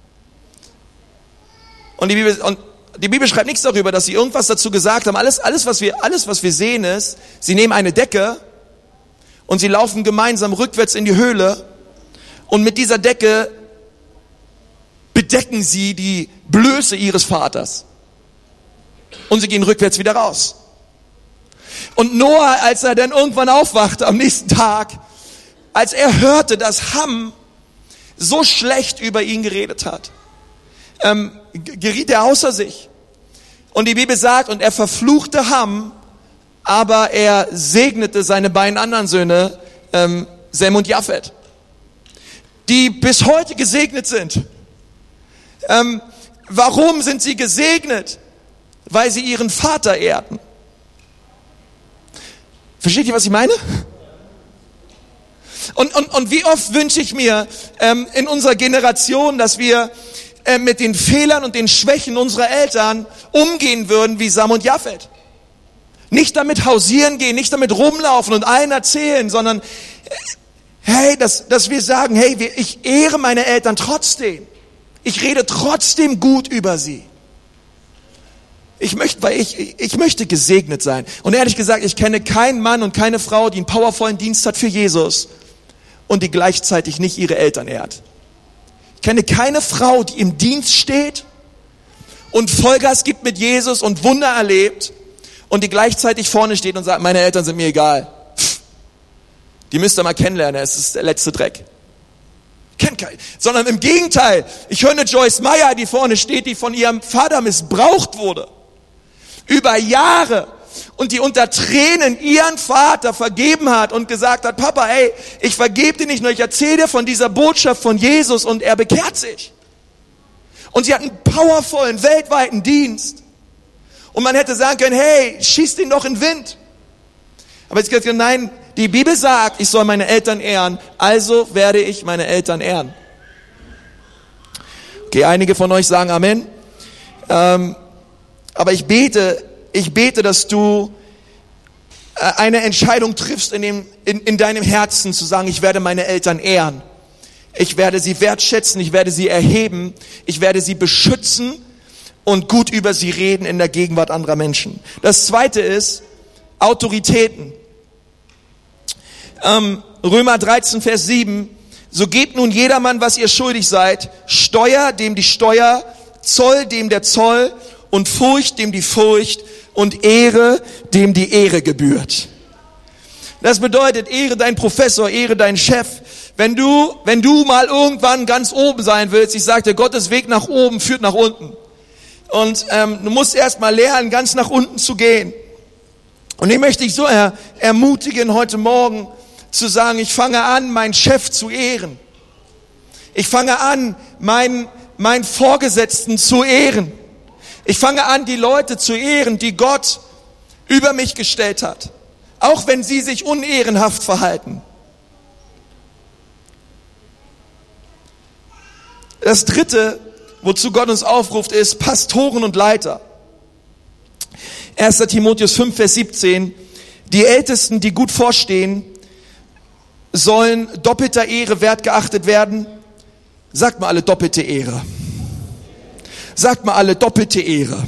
Und die Bibel, und die Bibel schreibt nichts darüber, dass sie irgendwas dazu gesagt haben. Alles, alles, was wir, alles, was wir sehen ist, sie nehmen eine Decke und sie laufen gemeinsam rückwärts in die Höhle. Und mit dieser Decke bedecken sie die Blöße ihres Vaters. Und sie gehen rückwärts wieder raus. Und Noah, als er dann irgendwann aufwachte am nächsten Tag, als er hörte, dass Ham so schlecht über ihn geredet hat, ähm, geriet er außer sich. Und die Bibel sagt, und er verfluchte Ham, aber er segnete seine beiden anderen Söhne, ähm, Sem und Japhet, die bis heute gesegnet sind. Ähm, warum sind sie gesegnet? Weil sie ihren Vater ehrten. Versteht ihr, was ich meine? Und, und, und wie oft wünsche ich mir ähm, in unserer Generation, dass wir äh, mit den Fehlern und den Schwächen unserer Eltern umgehen würden wie Sam und Japhet. Nicht damit hausieren gehen, nicht damit rumlaufen und allen erzählen, sondern hey, dass, dass wir sagen, hey, ich ehre meine Eltern trotzdem. Ich rede trotzdem gut über sie. Ich möchte, weil ich, ich möchte gesegnet sein. Und ehrlich gesagt, ich kenne keinen Mann und keine Frau, die einen powervollen Dienst hat für Jesus und die gleichzeitig nicht ihre Eltern ehrt. Ich kenne keine Frau, die im Dienst steht und Vollgas gibt mit Jesus und Wunder erlebt und die gleichzeitig vorne steht und sagt, meine Eltern sind mir egal. Pff, die müsst ihr mal kennenlernen, es ist der letzte Dreck. Kennt keinen. Sondern im Gegenteil, ich höre eine Joyce Meyer, die vorne steht, die von ihrem Vater missbraucht wurde. Über Jahre. Und die unter Tränen ihren Vater vergeben hat und gesagt hat, Papa, ey, ich vergebe dir nicht nur, ich erzähle dir von dieser Botschaft von Jesus und er bekehrt sich. Und sie hat einen powervollen, weltweiten Dienst. Und man hätte sagen können, hey, schieß den doch in den Wind. Aber jetzt gesagt, nein, die Bibel sagt, ich soll meine Eltern ehren, also werde ich meine Eltern ehren. Okay, einige von euch sagen Amen. Ähm, aber ich bete, ich bete, dass du eine Entscheidung triffst in, dem, in, in deinem Herzen, zu sagen, ich werde meine Eltern ehren. Ich werde sie wertschätzen, ich werde sie erheben, ich werde sie beschützen und gut über sie reden in der Gegenwart anderer Menschen. Das zweite ist Autoritäten. Ähm, Römer dreizehn, Vers sieben. So gebt nun jedermann, was ihr schuldig seid, Steuer, dem die Steuer, Zoll, dem der Zoll und Furcht, dem die Furcht und Ehre, dem die Ehre gebührt. Das bedeutet, ehre deinen Professor, ehre deinen Chef. Wenn du, wenn du mal irgendwann ganz oben sein willst, ich sagte, Gottes Weg nach oben führt nach unten. Und ähm, du musst erst mal lernen, ganz nach unten zu gehen. Und ich möchte dich so er, ermutigen, heute Morgen zu sagen, ich fange an, meinen Chef zu ehren. Ich fange an, meinen, meinen Vorgesetzten zu ehren. Ich fange an, die Leute zu ehren, die Gott über mich gestellt hat. Auch wenn sie sich unehrenhaft verhalten. Das dritte, wozu Gott uns aufruft, ist Pastoren und Leiter. erster Timotheus fünf, Vers siebzehn. Die Ältesten, die gut vorstehen, sollen doppelter Ehre wert geachtet werden. Sagt mal alle doppelte Ehre. Sagt mal alle doppelte Ehre.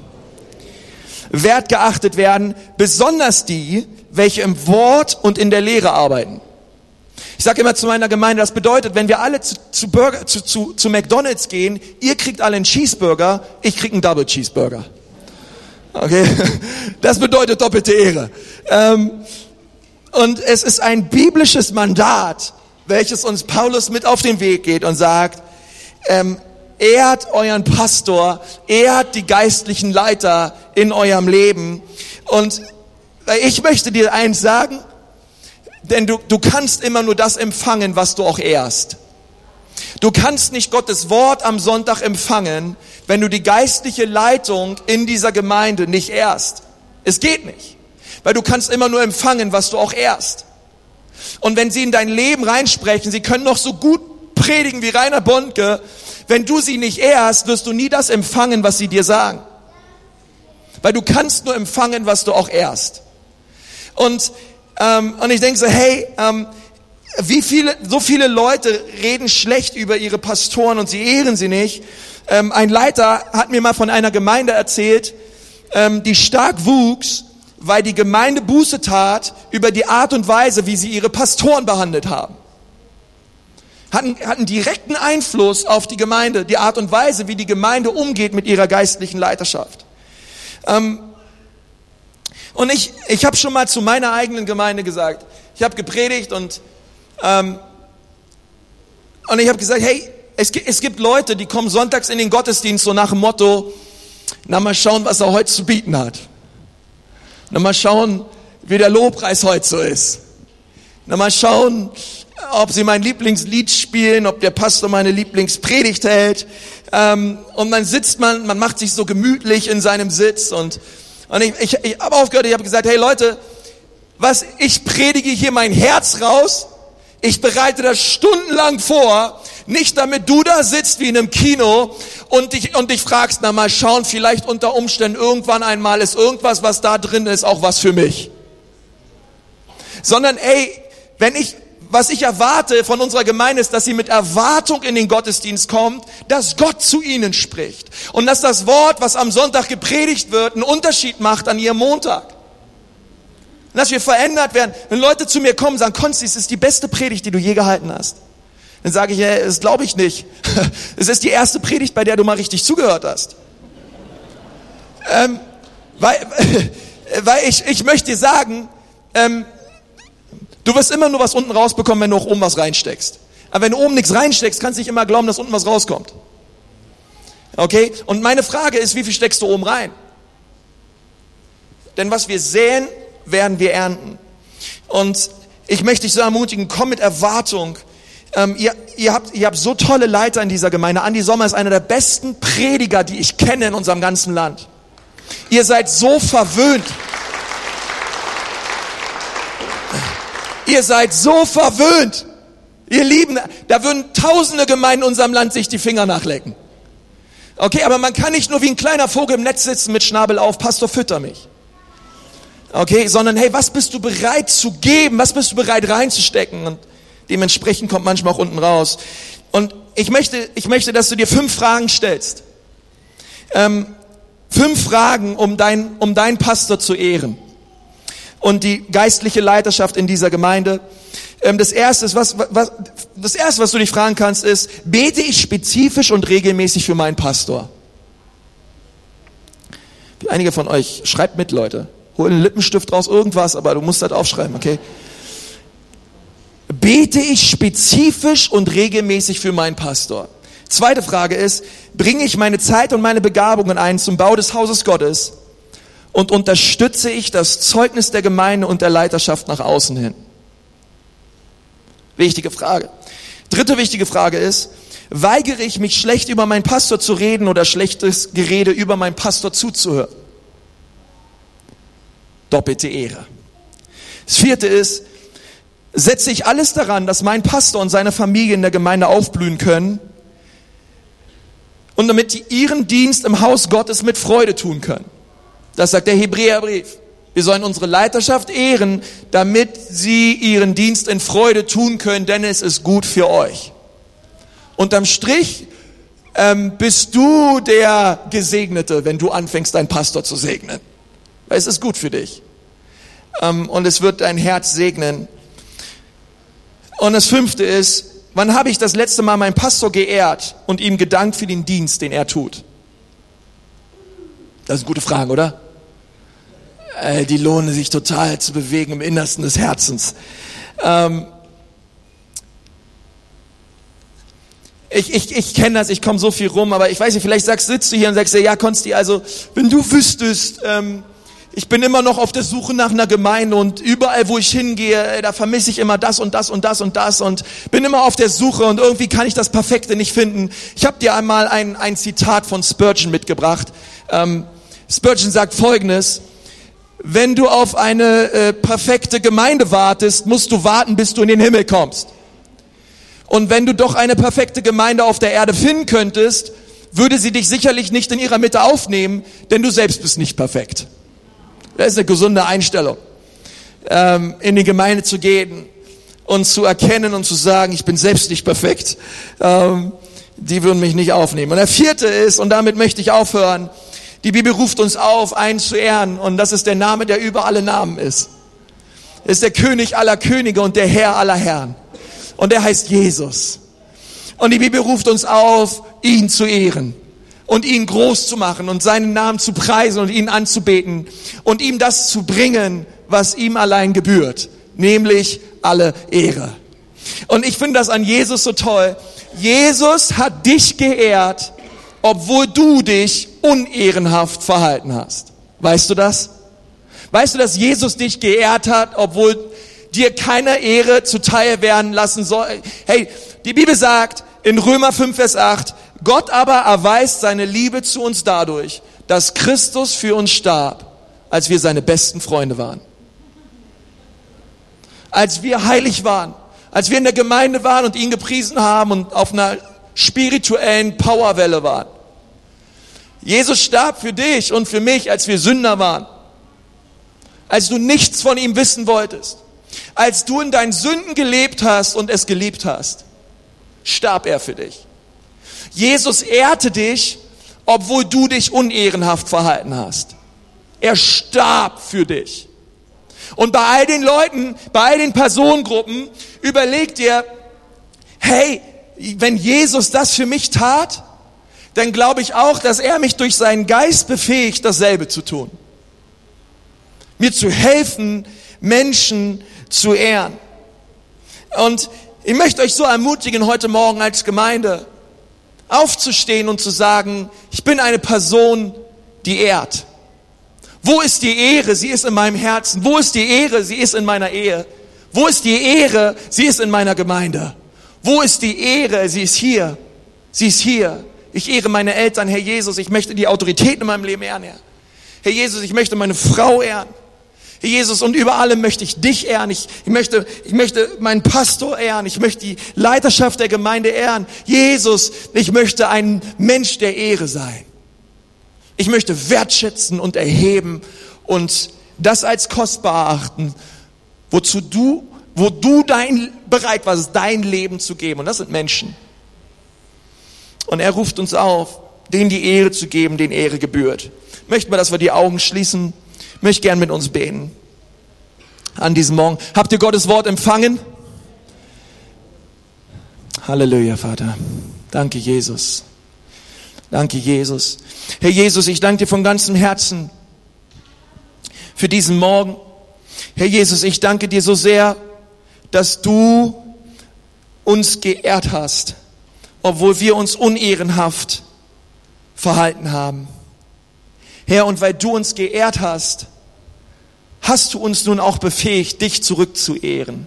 Wert geachtet werden, besonders die, welche im Wort und in der Lehre arbeiten. Ich sage immer zu meiner Gemeinde, das bedeutet, wenn wir alle zu, zu, Burger, zu, zu, zu McDonald's gehen, ihr kriegt alle einen Cheeseburger, ich krieg einen Double Cheeseburger. Okay, das bedeutet doppelte Ehre. Ähm, und es ist ein biblisches Mandat, welches uns Paulus mit auf den Weg geht und sagt, ähm, ehrt euren Pastor, ehrt die geistlichen Leiter in eurem Leben. Und ich möchte dir eins sagen, denn du, du kannst immer nur das empfangen, was du auch ehrst. Du kannst nicht Gottes Wort am Sonntag empfangen, wenn du die geistliche Leitung in dieser Gemeinde nicht ehrst. Es geht nicht. Weil du kannst immer nur empfangen, was du auch ehrst. Und wenn sie in dein Leben reinsprechen, sie können noch so gut predigen wie Rainer Bonke, wenn du sie nicht ehrst, wirst du nie das empfangen, was sie dir sagen. Weil du kannst nur empfangen, was du auch ehrst. Und, ähm, und ich denke so, hey, ähm, wie viele, so viele Leute reden schlecht über ihre Pastoren und sie ehren sie nicht. Ähm, ein Leiter hat mir mal von einer Gemeinde erzählt, ähm, die stark wuchs, weil die Gemeinde Buße tat über die Art und Weise, wie sie ihre Pastoren behandelt haben. Hatten, hatten direkten Einfluss auf die Gemeinde, die Art und Weise, wie die Gemeinde umgeht mit ihrer geistlichen Leiterschaft. Ähm, und ich, ich habe schon mal zu meiner eigenen Gemeinde gesagt, ich habe gepredigt und ähm, und ich habe gesagt, hey, es, es gibt Leute, die kommen sonntags in den Gottesdienst so nach dem Motto, na mal schauen, was er heute zu bieten hat. Na mal schauen, wie der Lobpreis heute so ist. Na mal schauen, ob sie mein Lieblingslied spielen, ob der Pastor meine Lieblingspredigt hält. Ähm, und dann sitzt man, man macht sich so gemütlich in seinem Sitz. Und, und ich, ich, ich habe aufgehört, ich habe gesagt, hey Leute, was ich predige hier mein Herz raus. Ich bereite das stundenlang vor. Nicht damit du da sitzt wie in einem Kino und dich, und dich fragst, na mal schauen, vielleicht unter Umständen irgendwann einmal ist irgendwas, was da drin ist, auch was für mich. Sondern ey, wenn ich, was ich erwarte von unserer Gemeinde ist, dass sie mit Erwartung in den Gottesdienst kommt, dass Gott zu ihnen spricht. Und dass das Wort, was am Sonntag gepredigt wird, einen Unterschied macht an ihrem Montag. Und dass wir verändert werden. Wenn Leute zu mir kommen und sagen, Konsti, es ist die beste Predigt, die du je gehalten hast. Dann sage ich, ja, das glaube ich nicht. Es ist die erste Predigt, bei der du mal richtig zugehört hast. Ähm, weil, weil ich, ich möchte dir sagen, ähm, du wirst immer nur was unten rausbekommen, wenn du auch oben was reinsteckst. Aber wenn du oben nichts reinsteckst, kannst du nicht immer glauben, dass unten was rauskommt. Okay? Und meine Frage ist, wie viel steckst du oben rein? Denn was wir säen, werden wir ernten. Und ich möchte dich so ermutigen, komm mit Erwartung. Ähm, ihr, ihr, habt, ihr habt so tolle Leiter in dieser Gemeinde. Andi Sommer ist einer der besten Prediger, die ich kenne in unserem ganzen Land. Ihr seid so verwöhnt. Ihr seid so verwöhnt. Ihr Lieben, da würden tausende Gemeinden in unserem Land sich die Finger nachlecken. Okay, aber man kann nicht nur wie ein kleiner Vogel im Netz sitzen mit Schnabel auf, Pastor, fütter mich. Okay, sondern hey, was bist du bereit zu geben? Was bist du bereit reinzustecken? Und dementsprechend kommt manchmal auch unten raus. Und ich möchte, ich möchte, dass du dir fünf Fragen stellst. Ähm, fünf Fragen, um dein, um deinen Pastor zu ehren. Und die geistliche Leiterschaft in dieser Gemeinde. Ähm, das erste ist, was, was, das erste, was du dich fragen kannst, ist, bete ich spezifisch und regelmäßig für meinen Pastor? Wie einige von euch, schreibt mit, Leute. Hol einen Lippenstift raus, irgendwas, aber du musst das aufschreiben, okay? Bete ich spezifisch und regelmäßig für meinen Pastor? Zweite Frage ist, bringe ich meine Zeit und meine Begabungen ein zum Bau des Hauses Gottes? Und unterstütze ich das Zeugnis der Gemeinde und der Leiterschaft nach außen hin? Wichtige Frage. Dritte wichtige Frage ist, weigere ich mich schlecht über meinen Pastor zu reden oder schlechtes Gerede über meinen Pastor zuzuhören? Doppelte Ehre. Das vierte ist, setze ich alles daran, dass mein Pastor und seine Familie in der Gemeinde aufblühen können und damit die ihren Dienst im Haus Gottes mit Freude tun können. Das sagt der Hebräerbrief. Wir sollen unsere Leiterschaft ehren, damit sie ihren Dienst in Freude tun können, denn es ist gut für euch. Unterm Strich ähm, bist du der Gesegnete, wenn du anfängst, deinen Pastor zu segnen. Weil es ist gut für dich. Ähm, und es wird dein Herz segnen. Und das fünfte ist, wann habe ich das letzte Mal meinen Pastor geehrt und ihm gedankt für den Dienst, den er tut? Das ist eine gute Frage, oder? Die lohnen sich total zu bewegen im Innersten des Herzens. Ähm ich ich, ich kenne das, ich komme so viel rum, aber ich weiß nicht, vielleicht sagst, sitzt du hier und sagst dir, ja Konsti, also wenn du wüsstest, ähm, ich bin immer noch auf der Suche nach einer Gemeinde und überall, wo ich hingehe, da vermisse ich immer das und das und das und das und bin immer auf der Suche und irgendwie kann ich das Perfekte nicht finden. Ich habe dir einmal ein, ein Zitat von Spurgeon mitgebracht. Ähm, Spurgeon sagt Folgendes: Wenn du auf eine äh, perfekte Gemeinde wartest, musst du warten, bis du in den Himmel kommst. Und wenn du doch eine perfekte Gemeinde auf der Erde finden könntest, würde sie dich sicherlich nicht in ihrer Mitte aufnehmen, denn du selbst bist nicht perfekt. Das ist eine gesunde Einstellung, ähm, in die Gemeinde zu gehen und zu erkennen und zu sagen, ich bin selbst nicht perfekt. Ähm, die würden mich nicht aufnehmen. Und der vierte ist, und damit möchte ich aufhören, die Bibel ruft uns auf, einen zu ehren, und das ist der Name, der über alle Namen ist. Er ist der König aller Könige und der Herr aller Herren. Und er heißt Jesus. Und die Bibel ruft uns auf, ihn zu ehren und ihn groß zu machen und seinen Namen zu preisen und ihn anzubeten und ihm das zu bringen, was ihm allein gebührt, nämlich alle Ehre. Und ich finde das an Jesus so toll. Jesus hat dich geehrt, obwohl du dich unehrenhaft verhalten hast. Weißt du das? Weißt du, dass Jesus dich geehrt hat, obwohl dir keine Ehre zuteil werden lassen soll? Hey, die Bibel sagt in Römer fünf, Vers acht, Gott aber erweist seine Liebe zu uns dadurch, dass Christus für uns starb, als wir seine besten Freunde waren. Als wir heilig waren als wir in der Gemeinde waren und ihn gepriesen haben und auf einer spirituellen Powerwelle waren. Jesus starb für dich und für mich, als wir Sünder waren. Als du nichts von ihm wissen wolltest. Als du in deinen Sünden gelebt hast und es geliebt hast, starb er für dich. Jesus ehrte dich, obwohl du dich unehrenhaft verhalten hast. Er starb für dich. Und bei all den Leuten, bei all den Personengruppen, überleg dir, hey, wenn Jesus das für mich tat, dann glaube ich auch, dass er mich durch seinen Geist befähigt, dasselbe zu tun. Mir zu helfen, Menschen zu ehren. Und ich möchte euch so ermutigen, heute Morgen als Gemeinde aufzustehen und zu sagen, ich bin eine Person, die ehrt. Wo ist die Ehre? Sie ist in meinem Herzen. Wo ist die Ehre? Sie ist in meiner Ehe. Wo ist die Ehre? Sie ist in meiner Gemeinde. Wo ist die Ehre? Sie ist hier. Sie ist hier. Ich ehre meine Eltern, Herr Jesus. Ich möchte die Autorität in meinem Leben ehren, Herr. Herr Jesus, ich möchte meine Frau ehren. Herr Jesus, und über allem möchte ich dich ehren. Ich, ich möchte, ich möchte meinen Pastor ehren. Ich möchte die Leiterschaft der Gemeinde ehren. Jesus, ich möchte ein Mensch der Ehre sein. Ich möchte wertschätzen und erheben und das als kostbar achten, wozu du, wo du dein, bereit warst, dein Leben zu geben. Und das sind Menschen. Und er ruft uns auf, denen die Ehre zu geben, denen Ehre gebührt. Möchten wir, dass wir die Augen schließen? Ich möchte gern mit uns beten. An diesem Morgen. Habt ihr Gottes Wort empfangen? Halleluja, Vater. Danke, Jesus. Danke, Jesus. Herr Jesus, ich danke dir von ganzem Herzen für diesen Morgen. Herr Jesus, ich danke dir so sehr, dass du uns geehrt hast, obwohl wir uns unehrenhaft verhalten haben. Herr, und weil du uns geehrt hast, hast du uns nun auch befähigt, dich zurückzuehren.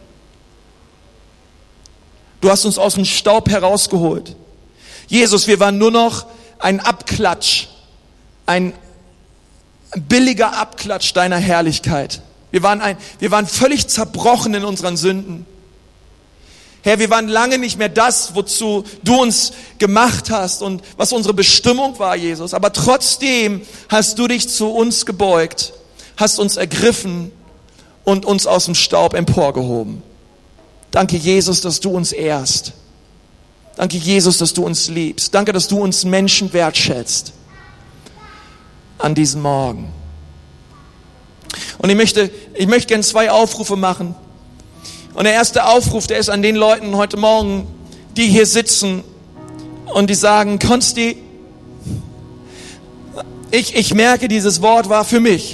Du hast uns aus dem Staub herausgeholt. Jesus, wir waren nur noch ein Abklatsch, ein billiger Abklatsch deiner Herrlichkeit. Wir waren ein, wir waren völlig zerbrochen in unseren Sünden. Herr, wir waren lange nicht mehr das, wozu du uns gemacht hast und was unsere Bestimmung war, Jesus. Aber trotzdem hast du dich zu uns gebeugt, hast uns ergriffen und uns aus dem Staub emporgehoben. Danke, Jesus, dass du uns ehrst. Danke, Jesus, dass du uns liebst. Danke, dass du uns Menschen wertschätzt an diesem Morgen. Und ich möchte, ich möchte gerne zwei Aufrufe machen. Und der erste Aufruf, der ist an den Leuten heute Morgen, die hier sitzen und die sagen, Konsti, ich, ich merke, dieses Wort war für mich.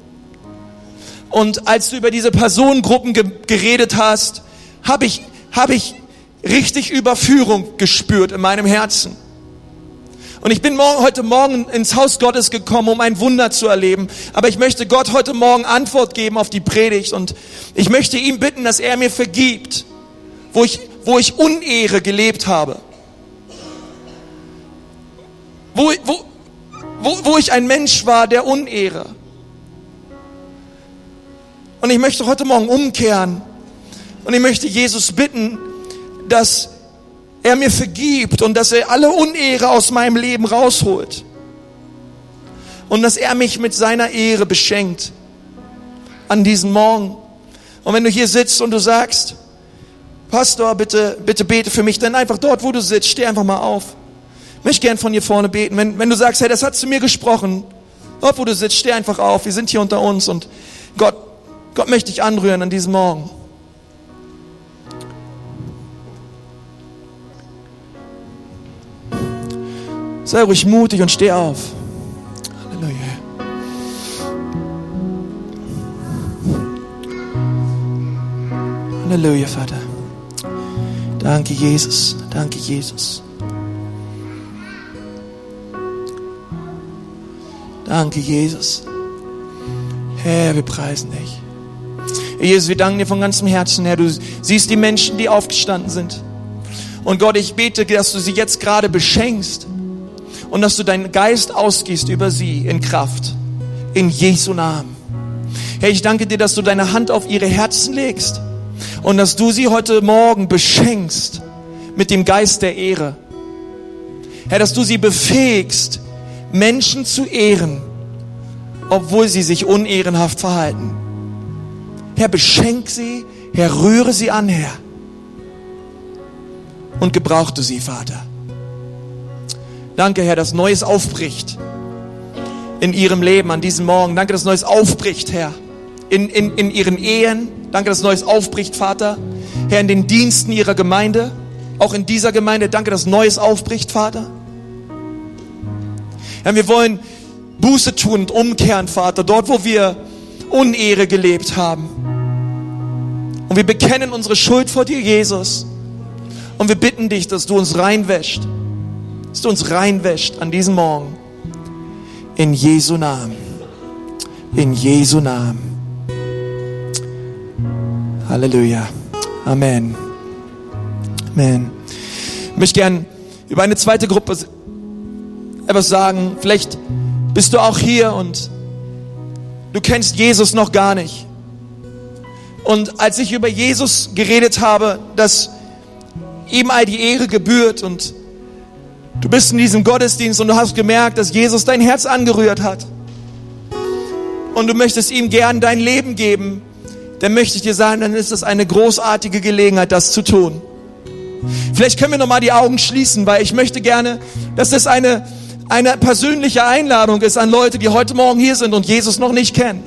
Und als du über diese Personengruppen ge- geredet hast, habe ich, habe ich richtig Überführung gespürt in meinem Herzen. Und ich bin morgen, heute Morgen ins Haus Gottes gekommen, um ein Wunder zu erleben. Aber ich möchte Gott heute Morgen Antwort geben auf die Predigt. Und ich möchte ihn bitten, dass er mir vergibt, wo ich, wo ich Unehre gelebt habe. Wo, wo, wo, wo ich ein Mensch war der Unehre. Und ich möchte heute Morgen umkehren. Und ich möchte Jesus bitten, dass er mir vergibt und dass er alle Unehre aus meinem Leben rausholt. Und dass er mich mit seiner Ehre beschenkt an diesem Morgen. Und wenn du hier sitzt und du sagst, Pastor, bitte, bitte bete für mich, dann einfach dort, wo du sitzt, steh einfach mal auf. Ich möchte gern von hier vorne beten. Wenn, wenn du sagst, hey, das hat zu mir gesprochen, dort, wo du sitzt, steh einfach auf. Wir sind hier unter uns und Gott, Gott möchte dich anrühren an diesem Morgen. Sei ruhig mutig und steh auf. Halleluja. Halleluja, Vater. Danke, Jesus. Danke, Jesus. Danke, Jesus. Herr, wir preisen dich. Herr Jesus, wir danken dir von ganzem Herzen, Herr. Du siehst die Menschen, die aufgestanden sind. Und Gott, ich bete, dass du sie jetzt gerade beschenkst. Und dass du deinen Geist ausgießt über sie in Kraft. In Jesu Namen. Herr, ich danke dir, dass du deine Hand auf ihre Herzen legst. Und dass du sie heute Morgen beschenkst mit dem Geist der Ehre. Herr, dass du sie befähigst, Menschen zu ehren, obwohl sie sich unehrenhaft verhalten. Herr, beschenk sie, Herr, rühre sie an, Herr. Und gebrauch du sie, Vater. Danke, Herr, dass Neues aufbricht in ihrem Leben an diesem Morgen. Danke, dass Neues aufbricht, Herr, in, in, in ihren Ehen. Danke, dass Neues aufbricht, Vater. Herr, in den Diensten ihrer Gemeinde, auch in dieser Gemeinde. Danke, dass Neues aufbricht, Vater. Herr, wir wollen Buße tun und umkehren, Vater, dort, wo wir Unehre gelebt haben. Und wir bekennen unsere Schuld vor dir, Jesus. Und wir bitten dich, dass du uns reinwäscht. Dass du uns reinwäscht an diesem Morgen. In Jesu Namen. In Jesu Namen. Halleluja. Amen. Amen. Ich möchte gern über eine zweite Gruppe etwas sagen. Vielleicht bist du auch hier und du kennst Jesus noch gar nicht. Und als ich über Jesus geredet habe, dass ihm all die Ehre gebührt und du bist in diesem Gottesdienst und du hast gemerkt, dass Jesus dein Herz angerührt hat und du möchtest ihm gern dein Leben geben, dann möchte ich dir sagen, dann ist es eine großartige Gelegenheit, das zu tun. Vielleicht können wir noch mal die Augen schließen, weil ich möchte gerne, dass das eine, eine persönliche Einladung ist an Leute, die heute Morgen hier sind und Jesus noch nicht kennen.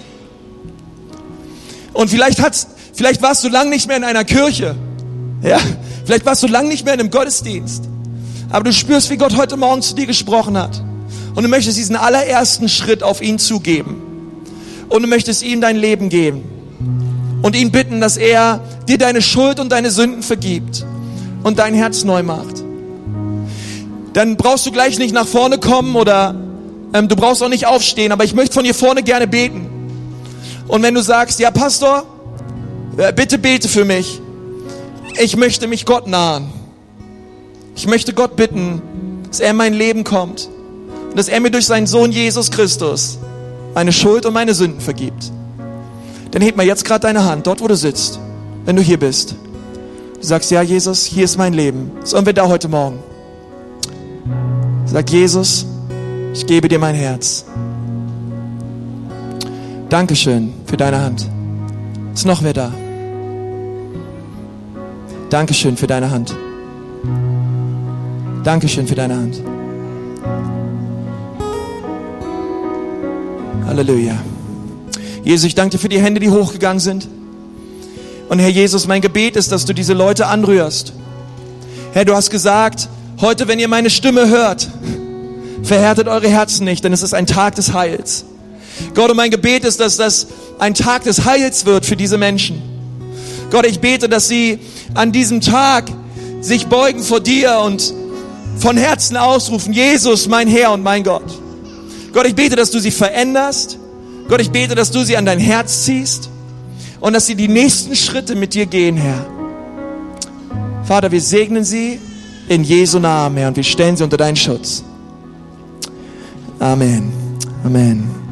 Und vielleicht hat's, vielleicht warst du lang nicht mehr in einer Kirche, ja, vielleicht warst du lang nicht mehr in einem Gottesdienst. Aber du spürst, wie Gott heute Morgen zu dir gesprochen hat. Und du möchtest diesen allerersten Schritt auf ihn zugeben. Und du möchtest ihm dein Leben geben. Und ihn bitten, dass er dir deine Schuld und deine Sünden vergibt. Und dein Herz neu macht. Dann brauchst du gleich nicht nach vorne kommen oder ähm, du brauchst auch nicht aufstehen. Aber ich möchte von hier vorne gerne beten. Und wenn du sagst, ja Pastor, äh, bitte bete für mich. Ich möchte mich Gott nahen. Ich möchte Gott bitten, dass er in mein Leben kommt und dass er mir durch seinen Sohn Jesus Christus meine Schuld und meine Sünden vergibt. Dann heb mal jetzt gerade deine Hand, dort wo du sitzt, wenn du hier bist. Du sagst, ja Jesus, hier ist mein Leben. Sollen wir da heute Morgen? Sag, Jesus, ich gebe dir mein Herz. Dankeschön für deine Hand. Ist noch wer da? Dankeschön für deine Hand. Dankeschön für deine Hand. Halleluja. Jesus, ich danke dir für die Hände, die hochgegangen sind. Und Herr Jesus, mein Gebet ist, dass du diese Leute anrührst. Herr, du hast gesagt, heute, wenn ihr meine Stimme hört, verhärtet eure Herzen nicht, denn es ist ein Tag des Heils. Gott, und mein Gebet ist, dass das ein Tag des Heils wird für diese Menschen. Gott, ich bete, dass sie an diesem Tag sich beugen vor dir und von Herzen ausrufen, Jesus, mein Herr und mein Gott. Gott, ich bete, dass du sie veränderst. Gott, ich bete, dass du sie an dein Herz ziehst und dass sie die nächsten Schritte mit dir gehen, Herr. Vater, wir segnen sie in Jesu Namen, Herr, und wir stellen sie unter deinen Schutz. Amen. Amen.